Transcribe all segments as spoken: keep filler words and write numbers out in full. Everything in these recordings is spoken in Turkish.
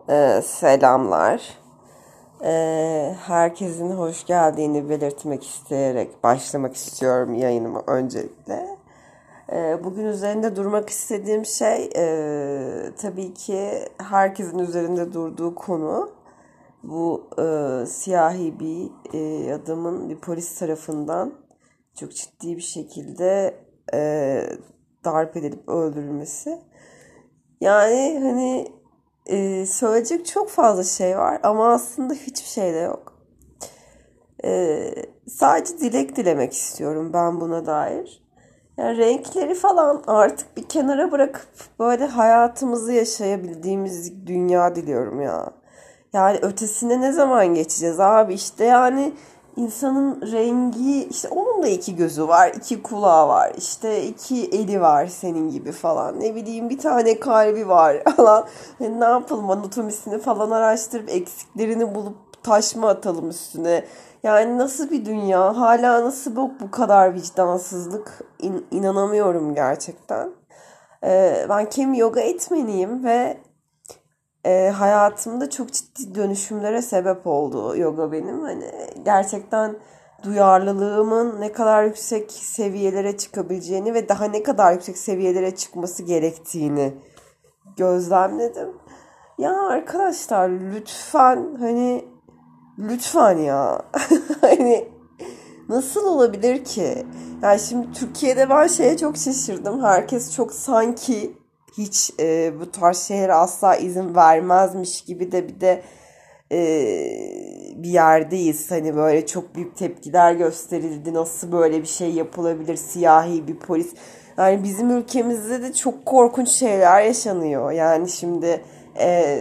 Ee, selamlar. Ee, herkesin hoş geldiğini belirtmek isteyerek başlamak istiyorum yayınıma öncelikle. Ee, bugün üzerinde durmak istediğim şey e, tabii ki herkesin üzerinde durduğu konu. Bu e, siyahi bir e, adamın bir polis tarafından çok ciddi bir şekilde e, darp edilip öldürülmesi. Yani hani e, söyleyecek çok fazla şey var ama aslında hiçbir şey de yok. E, Sadece dilek dilemek istiyorum ben buna dair. Yani renkleri falan artık bir kenara bırakıp böyle hayatımızı yaşayabildiğimiz dünya diliyorum ya. Yani ötesine ne zaman geçeceğiz abi? İşte yani insanın rengi, işte onun da iki gözü var, iki kulağı var, işte iki eli var senin gibi falan. Ne bileyim bir tane kalbi var falan. Yani ne yapalım, anatomisini falan araştırıp eksiklerini bulup taş mı atalım üstüne? Yani nasıl bir dünya? Hala nasıl bu, bu kadar vicdansızlık? İn, inanamıyorum gerçekten. Ee, ben kim yoga eğitmeniyim ve e, hayatımda çok ciddi dönüşümlere sebep oldu yoga benim. Hani gerçekten duyarlılığımın ne kadar yüksek seviyelere çıkabileceğini ve daha ne kadar yüksek seviyelere çıkması gerektiğini gözlemledim. Ya arkadaşlar lütfen hani lütfen ya hani nasıl olabilir ki? Yani şimdi Türkiye'de ben şeye çok şaşırdım. Herkes çok sanki hiç e, bu tarz şeylere asla izin vermezmiş gibi de bir de e, bir yerdeyiz. Hani böyle çok büyük tepkiler gösterildi. Nasıl böyle bir şey yapılabilir? Siyahi bir polis. Yani bizim ülkemizde de çok korkunç şeyler yaşanıyor. Yani şimdi e,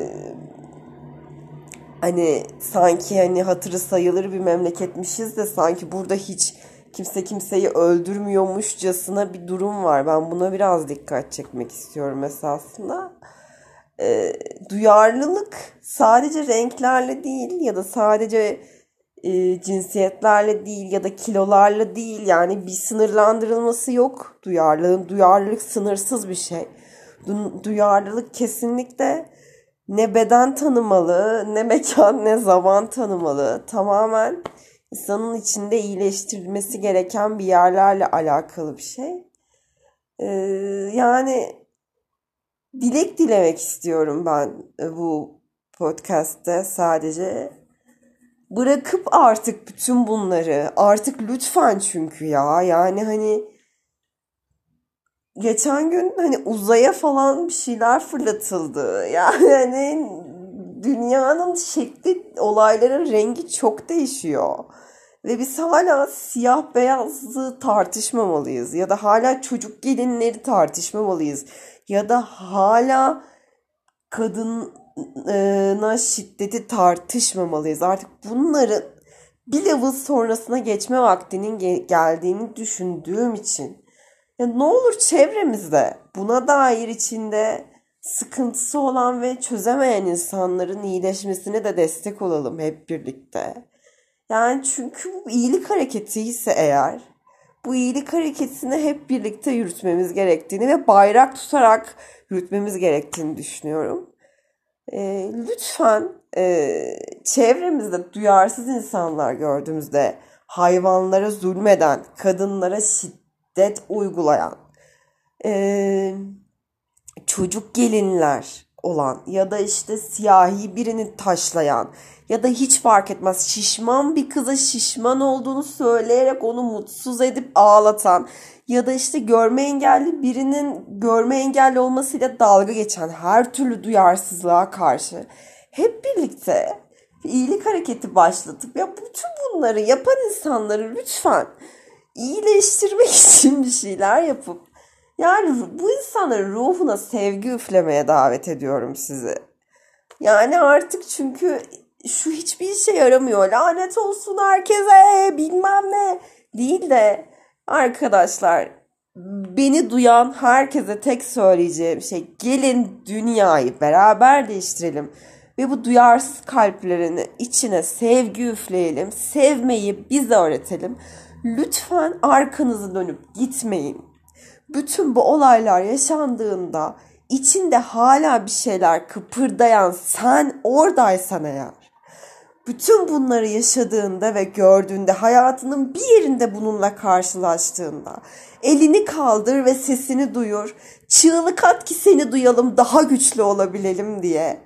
hani sanki hani hatırı sayılır bir memleketmişiz de sanki burada hiç kimse kimseyi öldürmüyormuşçasına bir durum var. Ben buna biraz dikkat çekmek istiyorum esasında. E, Duyarlılık sadece renklerle değil ya da sadece e, cinsiyetlerle değil ya da kilolarla değil, yani bir sınırlandırılması yok duyarlılığın. Duyarlılık sınırsız bir şey. Du- duyarlılık kesinlikle ne beden tanımalı, ne mekan, ne zaman tanımalı. Tamamen insanın içinde iyileştirilmesi gereken bir yerlerle alakalı bir şey. Ee, Yani dilek dilemek istiyorum ben e, bu podcast'te sadece. Bırakıp artık bütün bunları, artık lütfen, çünkü ya yani hani geçen gün hani uzaya falan bir şeyler fırlatıldı. Yani hani dünyanın şekli, olayların rengi çok değişiyor. Ve biz hala siyah beyazı tartışmamalıyız. Ya da hala çocuk gelinleri tartışmamalıyız. Ya da hala kadına şiddeti tartışmamalıyız. Artık bunların bir level sonrasına geçme vaktinin geldiğini düşündüğüm için, ya ne olur çevremizde buna dair içinde sıkıntısı olan ve çözemeyen insanların iyileşmesine de destek olalım hep birlikte. Yani çünkü bu iyilik hareketi ise eğer, bu iyilik hareketini hep birlikte yürütmemiz gerektiğini ve bayrak tutarak yürütmemiz gerektiğini düşünüyorum. Ee, lütfen e, çevremizde duyarsız insanlar gördüğümüzde, hayvanlara zulmeden, kadınlara şiddet uygulayan, e, çocuk gelinler olan ya da işte siyahi birini taşlayan ya da hiç fark etmez şişman bir kıza şişman olduğunu söyleyerek onu mutsuz edip ağlatan ya da işte görme engelli birinin görme engelli olmasıyla dalga geçen her türlü duyarsızlığa karşı hep birlikte bir iyilik hareketi başlatıp, ya bütün bunları yapan insanları lütfen iyileştirmek için bir şeyler yapıp, yani bu insanların ruhuna sevgi üflemeye davet ediyorum sizi. Yani artık çünkü şu hiçbir işe yaramıyor. Lanet olsun herkese bilmem ne değil de, arkadaşlar, beni duyan herkese tek söyleyeceğim şey, gelin dünyayı beraber değiştirelim. Ve bu duyarsız kalplerin içine sevgi üfleyelim. Sevmeyi bize öğretelim. Lütfen arkanızı dönüp gitmeyin. Bütün bu olaylar yaşandığında içinde hala bir şeyler kıpırdayan sen oradaysan eğer, bütün bunları yaşadığında ve gördüğünde, hayatının bir yerinde bununla karşılaştığında elini kaldır ve sesini duyur. Çığlık at ki seni duyalım, daha güçlü olabilelim diye.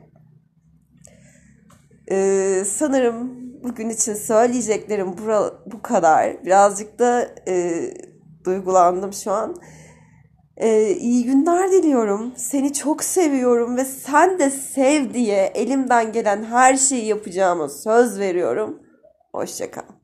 Ee, sanırım bugün için söyleyeceklerim bura, bu kadar. Birazcık da e, duygulandım şu an. Ee, iyi günler diliyorum. Seni çok seviyorum ve sen de sev diye elimden gelen her şeyi yapacağıma söz veriyorum. Hoşça kal.